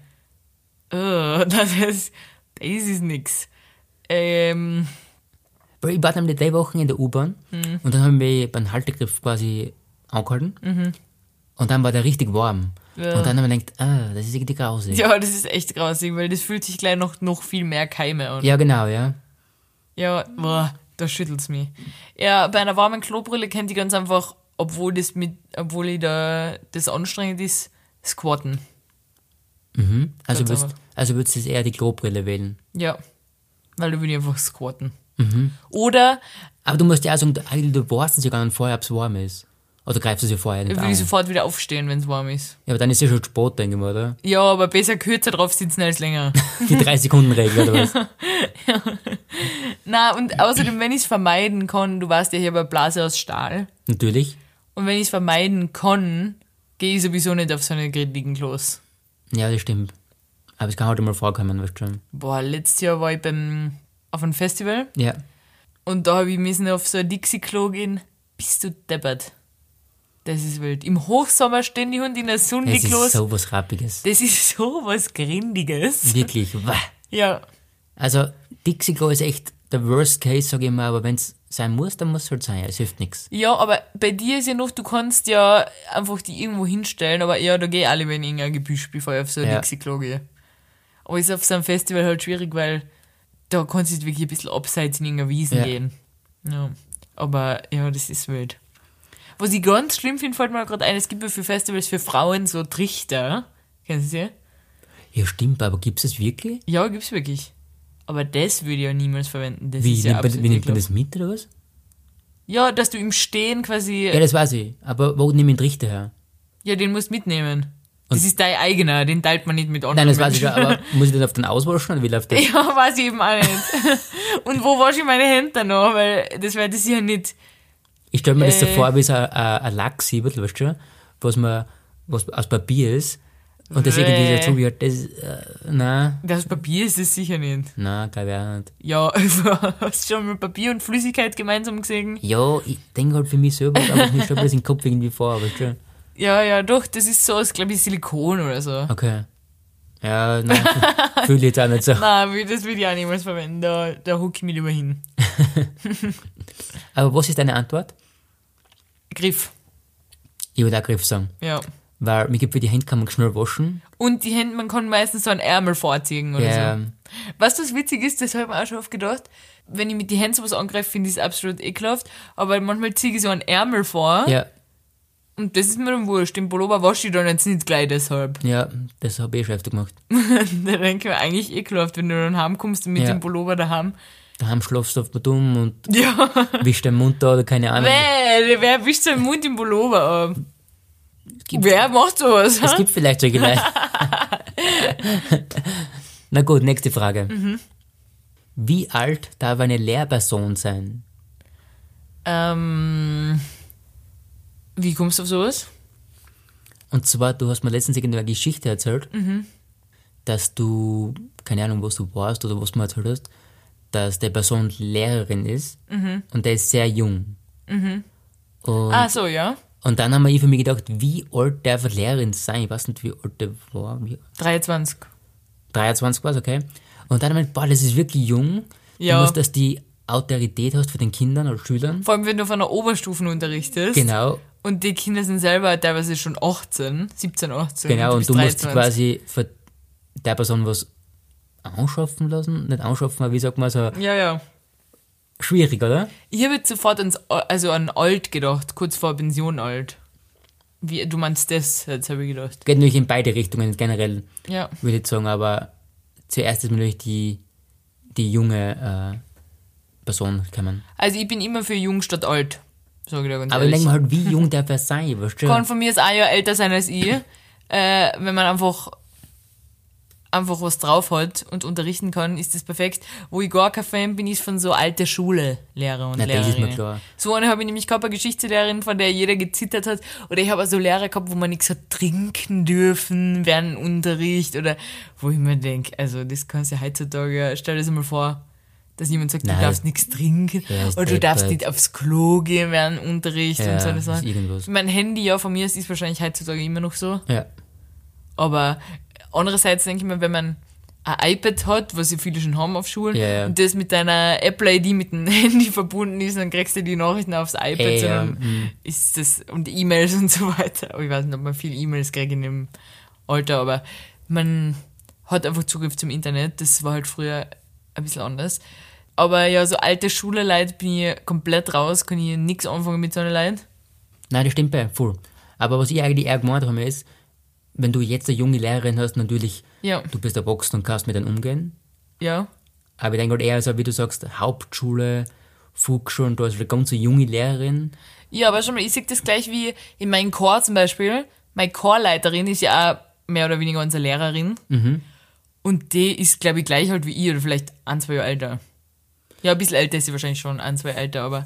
oh, das ist, das ist nix. Ähm, Weil ich war nämlich drei Wochen in der U-Bahn mhm. und dann haben wir beim Haltegriff quasi angehalten mhm. und dann war der richtig warm. Ja. Und dann haben wir gedacht, ah, das ist irgendwie grausig. Ja, das ist echt grausig, weil das fühlt sich gleich noch, noch viel mehr Keime an. Ja, genau, ja. Ja, boah, da schüttelt's mich. Ja, bei einer warmen Klobrille kennt ich ganz einfach, obwohl das mit, obwohl ich da das anstrengend ist, squatten. Mhm. Also würdest, also würdest du jetzt eher die Klobrille wählen? Ja, weil da würde ich einfach squatten. Mhm. Oder... Aber du musst ja auch sagen, du, du weißt es ja gar nicht vorher, ob es warm ist. Oder greifst du es ja vorher nicht an? Ich will sofort wieder aufstehen, wenn es warm ist. Ja, aber dann ist ja schon Sport, denke ich mal, oder? Ja, aber besser kürzer drauf sitzen als länger. Die drei-Sekunden-Regel, oder was? Ja. Na und außerdem, wenn ich es vermeiden kann, du weißt ja, ich habe eine Blase aus Stahl. Natürlich. Und wenn ich es vermeiden kann, gehe ich sowieso nicht auf so eine grilligen Klos. Ja, das stimmt. Aber es kann halt immer vorkommen, weißt du schon. Boah, letztes Jahr war ich beim, auf einem Festival. Ja. Und da habe ich müssen auf so ein Dixie-Klo gehen. Bist du deppert. Das ist wild. Im Hochsommer stehen die Hunde in der Sonne, die Klos. Das ist so was Rappiges. Das ist so was Grindiges. Wirklich. Wah. Ja. Also, Dixie-Klo ist echt der Worst Case, sage ich mal, aber wenn es sein muss, dann muss es halt sein. Es hilft nichts. Ja, aber bei dir ist ja noch, du kannst ja einfach die irgendwo hinstellen, aber ja, da gehe ich alle, wenn ich in ein Gebüsch, bevor ich auf so ein ja. Dixie-Klo gehe. Aber ist auf so einem Festival halt schwierig, weil da kannst du wirklich ein bisschen abseits in irgendeine Wiesen ja. gehen. Ja. Aber ja, das ist wild. Was ich ganz schlimm finde, fällt mir gerade ein, es gibt ja für Festivals für Frauen so Trichter. Kennen Sie? Ja, stimmt, aber gibt es das wirklich? Ja, gibt's wirklich. Aber das würde ich ja niemals verwenden. Das wie, ist ja nimmt, man, wie nimmt man das mit, oder was? Ja, dass du im Stehen quasi... Ja, das weiß ich. Aber wo nehme ich den Trichter her? Ja, den musst du mitnehmen. Und das ist dein eigener, den teilt man nicht mit anderen. Nein, das weiß ich schon, aber muss ich den auf den auswaschen oder wie läuft das? Ja, weiß ich eben auch nicht. Und wo wasche ich meine Hände dann noch? Weil das wäre das ja nicht... Ich stelle mir äh, das so vor, wie so ein, ein Lachsiebel, weißt du, was, man, was aus Papier ist. Und das irgendwie dazu wird, das, äh, nein. Das Papier ist es sicher nicht. Nein, glaube ich auch nicht. Ja, hast du schon mal Papier und Flüssigkeit gemeinsam gesehen? Ja, ich denke halt für mich selber, aber ich stelle mir das im Kopf irgendwie vor, weißt du. Ja, ja, doch, das ist so aus, glaube ich, Silikon oder so. Okay. Ja, nein, fühle ich jetzt auch nicht so. Nein, das will ich auch niemals verwenden, da, da hucke ich mich lieber hin. Aber was ist deine Antwort? Griff. Ich würde auch Griff sagen. Ja. Weil mir gibt für die Hände kann man schnell waschen. Und die Hände, man kann meistens so einen Ärmel vorziehen oder Ja. so. Was das witzig ist, das habe ich mir auch schon oft gedacht, wenn ich mit den Händen sowas angreife, finde ich es absolut ekelhaft, aber manchmal ziehe ich so einen Ärmel vor Ja, und das ist mir dann wurscht. Den Pullover wasche ich dann jetzt nicht gleich deshalb. ja, das habe ich schon öfter gemacht. Da denke ich mir eigentlich ekelhaft, wenn du dann heimkommst und mit Ja. dem Pullover daheim. Daheim schlafst du auf dem dumm und Ja. wischst den Mund da oder keine Ahnung. Wer, wer wischt seinen Mund im Pullover ab? gibt- Wer macht sowas? Es ha? gibt vielleicht solche Leute. Na gut, nächste Frage. Mhm. Wie alt darf eine Lehrperson sein? Ähm, wie kommst du auf sowas? Und zwar, du hast mir letztens irgendeine Geschichte erzählt, dass du, keine Ahnung, was du warst oder was du mir erzählt hast, dass der Person Lehrerin ist und der ist sehr jung. Und, Ah, so, ja. und dann haben wir für mich gedacht, wie alt darf eine Lehrerin sein? Ich weiß nicht, wie alt der war. Wie, dreiundzwanzig. dreiundzwanzig war es, okay. Und dann haben wir gedacht, boah, das ist wirklich jung. Ja. Du musst, dass die Autorität hast für den Kindern oder Schülern. Vor allem, wenn du auf einer Oberstufen unterrichtest. Genau, Und die Kinder sind selber teilweise schon achtzehn, siebzehn, achtzehn. genau. Und bist du musst dreiundzwanzig. quasi für der Person was anschaffen lassen. Nicht anschaffen, aber wie sagt man so, Ja, ja. schwierig, oder? Ich habe jetzt sofort ans, also an alt gedacht, kurz vor Pension alt. Wie, du meinst das, jetzt habe ich gedacht. Geht natürlich in beide Richtungen generell, Ja. würde ich sagen, aber zuerst ist mir natürlich die, die junge äh, Person kommen. Also ich bin immer für jung statt alt, sage ich dir ganz Aber ich ehrlich. denke mir halt, wie jung darf er sein, weißt du? Kann von mir jetzt ein Jahr älter sein als ich, äh, wenn man einfach einfach was drauf hat und unterrichten kann, ist das perfekt. Wo ich gar kein Fan bin, ist von so alte Schule-Lehrer und Na, das ist mir Lehrerinnen. klar. So eine habe ich nämlich gehabt, eine Geschichtslehrerin, von der jeder gezittert hat. Oder ich habe auch so Lehrer gehabt, wo man nichts hat trinken dürfen während dem Unterricht. Oder wo ich mir denke, also das kannst du ja heutzutage, stell dir das mal vor, dass jemand sagt, Nein, du darfst das- nichts trinken Ja, das oder du darfst deppert. nicht aufs Klo gehen während dem Unterricht Ja, und so eine das ist Sachen. irgendwas. Mein Handy, ja, von mir ist, ist wahrscheinlich heutzutage immer noch so. Ja. Aber andererseits denke ich mir, wenn man ein iPad hat, was ja viele schon haben auf Schulen, Ja, ja. und das mit deiner Apple I D mit dem Handy verbunden ist, dann kriegst du die Nachrichten aufs iPad, Ey, ja, sondern mhm. ist das, und E-Mails und so weiter. Aber ich weiß nicht, ob man viel E-Mails kriegt in dem Alter, aber man hat einfach Zugriff zum Internet. Das war halt früher ein bisschen anders. Aber ja, so alte Schule-Leute bin ich komplett raus, kann ich nichts anfangen mit so einer Leuten. Nein, das stimmt bei, voll. Aber was ich eigentlich eher gemeint habe, ist, wenn du jetzt eine junge Lehrerin hast, natürlich, Ja, du bist erwachsen und kannst mit denen umgehen. ja. Aber ich denke halt eher so, wie du sagst, Hauptschule, Volksschule, du hast eine ganz junge Lehrerin. Ja, aber schon mal, ich sehe das gleich wie in meinem Chor zum Beispiel. Meine Chorleiterin ist ja auch mehr oder weniger unsere Lehrerin. Und die ist, glaube ich, gleich alt wie ich oder vielleicht ein, zwei Jahre älter. Ja, ein bisschen älter ist sie wahrscheinlich schon, ein, zwei älter, aber.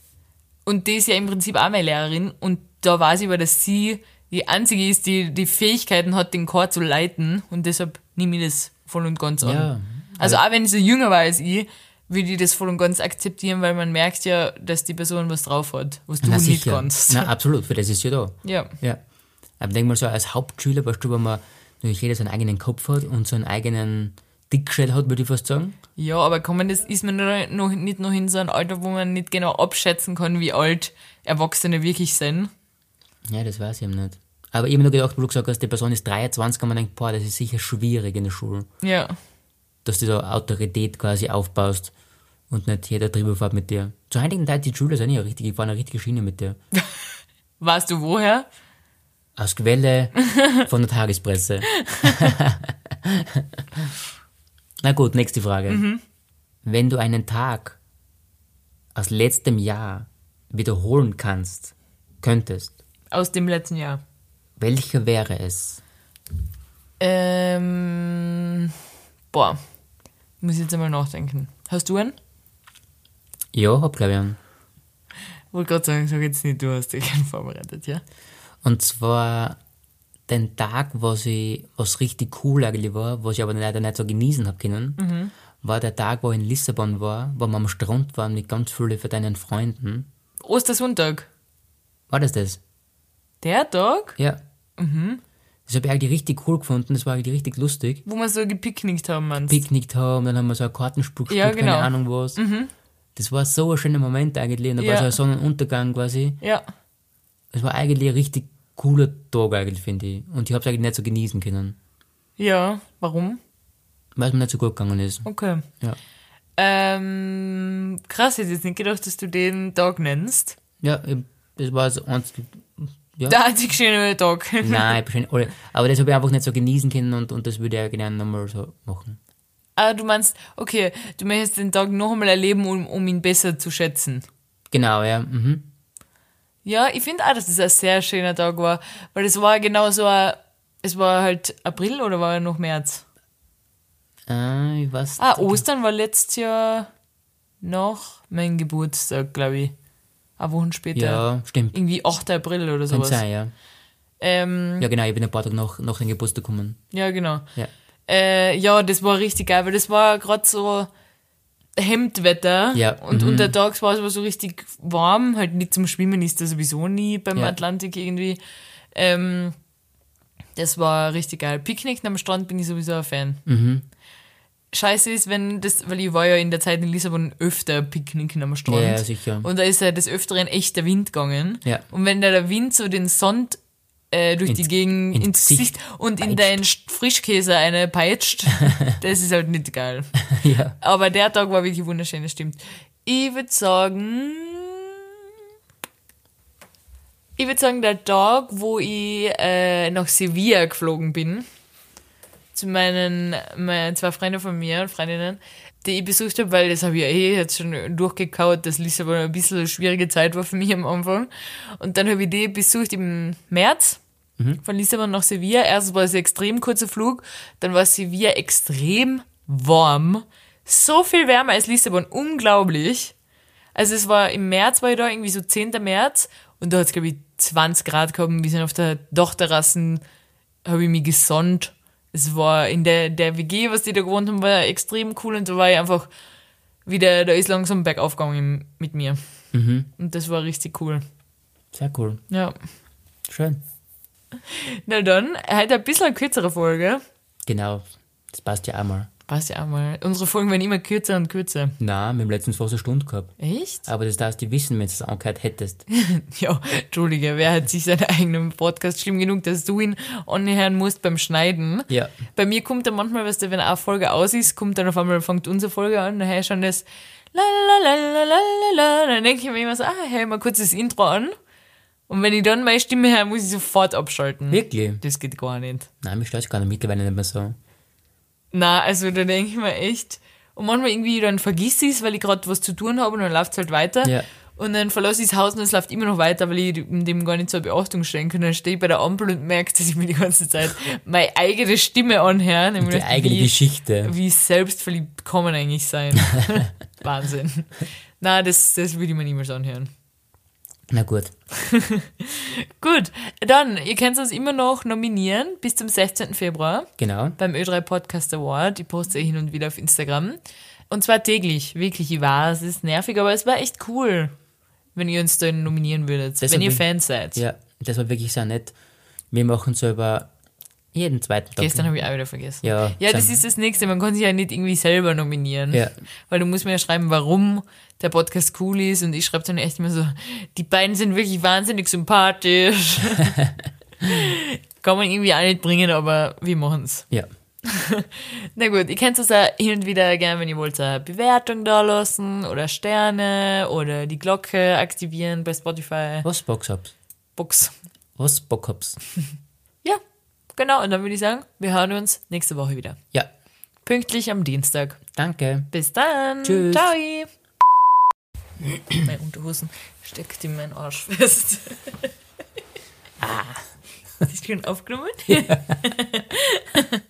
Und die ist ja im Prinzip auch meine Lehrerin. Und da weiß ich aber, dass sie die einzige ist, die die Fähigkeiten hat, den Chor zu leiten. Und deshalb nehme ich das voll und ganz an. Ja. Also auch wenn sie jünger war als ich, würde ich das voll und ganz akzeptieren, weil man merkt ja, dass die Person was drauf hat, was du Na, nicht sicher. kannst. Na, absolut, für das ist ja da. Ja. Ja. Aber denk mal so, als Hauptschüler, weißt du, wenn man natürlich jeder seinen eigenen Kopf hat und seinen eigenen Dickschädel hat, würde ich fast sagen. Ja, aber kann man das, ist man noch, noch, nicht noch in so einem Alter, wo man nicht genau abschätzen kann, wie alt Erwachsene wirklich sind? Ja, das weiß ich eben nicht. Aber ich habe mir nur gedacht, wo du gesagt hast, die Person ist dreiundzwanzig, und man denkt, boah, das ist sicher schwierig in der Schule, Ja. dass du da Autorität quasi aufbaust und nicht jeder drüber fährt mit dir. Zu heutigen Zeit, die Schüler sind ja richtig, die fahren eine richtige Schiene mit dir. Weißt du woher? Aus Quelle von der Tagespresse. Na gut, nächste Frage. Wenn du einen Tag aus letztem Jahr wiederholen kannst, könntest, Aus dem letzten Jahr. welcher wäre es? Ähm, boah. Muss ich jetzt einmal nachdenken. Hast du einen? Ja, hab glaube ich einen. Wollte gerade sagen, sag jetzt nicht, du hast dich keinen vorbereitet, ja? Und zwar den Tag, was ich, was richtig cool eigentlich war, was ich aber leider nicht so genießen hab können, war der Tag, wo ich in Lissabon war, wo wir am Strand waren mit ganz vielen von deinen Freunden. Ostersonntag. War das das? Der Tag, Ja. Das habe ich eigentlich richtig cool gefunden, das war eigentlich richtig lustig. wo wir so gepicknickt haben, meinst du? Picknickt haben, dann haben wir so ein Kartenspiel gespielt, Ja, genau. keine Ahnung was. Das war so ein schöner Moment eigentlich, und da Ja. war so ein Sonnenuntergang quasi. Ja. Das war eigentlich ein richtig cooler Tag eigentlich, finde ich. Und ich habe es eigentlich nicht so genießen können, Ja, warum? weil es mir nicht so gut gegangen ist. Okay. Ja, Ähm, krass, ich hätte jetzt nicht gedacht, dass du den Tag nennst. ja ich, das war so eins, ja. Der einzig schöne Tag. Nein, wahrscheinlich, oder, aber das habe ich einfach nicht so genießen können und, und das würde ich ja gerne nochmal so machen. Ah, du meinst, okay, du möchtest den Tag noch einmal erleben, um, um ihn besser zu schätzen. Genau, ja. Mhm. Ja, ich finde auch, dass das ein sehr schöner Tag war, weil es war genau so ein, es war halt April oder war noch März? Äh, ich weiß Ah, Ostern war letztes Jahr noch mein Geburtstag, glaube ich. Eine Woche später. Ja, stimmt. Irgendwie achter April oder Kann sowas. sein, ja. Ähm, Ja, genau, ich bin ein paar Tage nach, nach dem Geburtstag gekommen. ja, genau. Ja. Äh, ja, das war richtig geil, weil das war gerade so Hemdwetter. Ja, Und mhm. untertags war es aber so richtig warm. Halt nicht zum Schwimmen ist das sowieso nie beim Ja. Atlantik irgendwie. Ähm, das war richtig geil. Picknick am Strand bin ich sowieso ein Fan. Mhm. Scheiße ist, wenn das, weil ich war ja in der Zeit in Lissabon öfter picknicken am Strand. Ja, ja, sicher. Und da ist ja des Öfteren echt der Wind gegangen. Ja. Und wenn da der Wind so den Sand äh, durch Ins- die Gegend ins ins Gesicht Gesicht und in peitscht. deinen St- Frischkäse eine peitscht, das ist halt nicht geil. Ja. Aber der Tag war wirklich wunderschön, das stimmt. Ich würde sagen, ich würde sagen, der Tag, wo ich äh, nach Sevilla geflogen bin, zu meinen, meinen zwei Freunden von mir, Freundinnen, die ich besucht habe, weil das habe ich ja eh jetzt schon durchgekaut, dass Lissabon ein bisschen eine schwierige Zeit war für mich am Anfang. Und dann habe ich die besucht im März, von Lissabon nach Sevilla. Erst war es ein extrem kurzer Flug, dann war Sevilla extrem warm. So viel wärmer als Lissabon, unglaublich. Also es war im März, war ich da, irgendwie so zehnten März, und da hat es, glaube ich, zwanzig Grad gehabt. Wir sind auf der Dachterrassen, habe ich mich gesonnt. Es war in der, der W G, was die da gewohnt haben, war extrem cool, und da war ich einfach wieder, da ist langsam bergauf gegangen mit mir. Mhm. Und das war richtig cool. Sehr cool. Ja. Schön. Na dann, heute ein bisschen eine kürzere Folge. Genau. Das passt ja auch mal. Passt ja auch mal. Unsere Folgen werden immer kürzer und kürzer. Nein, wir haben letztens fast eine Stunde gehabt. Echt? Aber das darfst du wissen, wenn du es angehört hättest. Ja, Entschuldige, wer hat sich seinen eigenen Podcast schlimm genug, dass du ihn anhören musst beim Schneiden? Ja. Bei mir kommt dann manchmal, weißt du, wenn eine Folge aus ist, kommt dann auf einmal, fängt unsere Folge an, dann höre ich schon das la la la la la la la, dann denke ich mir immer so, ah, höre ich mal kurz das Intro an. Und wenn ich dann meine Stimme höre, muss ich sofort abschalten. Wirklich? Das geht gar nicht. Nein, mir stört es gar nicht mittlerweile nicht mehr so. Na, also da denke ich mir echt. Und manchmal irgendwie dann vergiss ich es, weil ich gerade was zu tun habe, und dann läuft es halt weiter. Ja. Und dann verlasse ich das Haus und es läuft immer noch weiter, weil ich dem gar nicht so eine Beachtung stellen kann. Dann stehe ich bei der Ampel und merke, dass ich mir die ganze Zeit meine eigene Stimme anhöre. Die Nämlich eigene wie, Geschichte. Wie selbstverliebt kann man eigentlich sein? Wahnsinn. Na, das, das würde ich mir niemals anhören. Na gut. Gut, dann, ihr könnt uns immer noch nominieren bis zum sechzehnten Februar Genau. beim Ö drei Podcast Award. Ich poste hin und wieder auf Instagram. Und zwar täglich. Wirklich, ich weiß, es ist nervig, aber es war echt cool, wenn ihr uns dann nominieren würdet, Das wenn war ihr wirklich- Fans seid. Ja, das war wirklich sehr nett. Wir machen so über jeden zweiten Tag. Gestern habe ich auch wieder vergessen. Ja, ja, das sind- ist das Nächste. Man kann sich ja nicht irgendwie selber nominieren. Ja. Weil du musst mir ja schreiben, warum der Podcast cool ist. Und ich schreibe dann echt immer so, die beiden sind wirklich wahnsinnig sympathisch. Kann man irgendwie auch nicht bringen, aber wir machen's. Ja. Na gut, ihr könnt es auch hin und wieder gerne, wenn ihr wollt, eine Bewertung da lassen oder Sterne oder die Glocke aktivieren bei Spotify. Was Bock hab's? Box. Was Bock hab's? Ja, genau. Und dann würde ich sagen, wir hören uns nächste Woche wieder. Ja. Pünktlich am Dienstag. Danke. Bis dann. Tschüss. Ciao. Meine Unterhosen steckt in meinen Arsch fest. ah. Ist schon aufgenommen? Ja.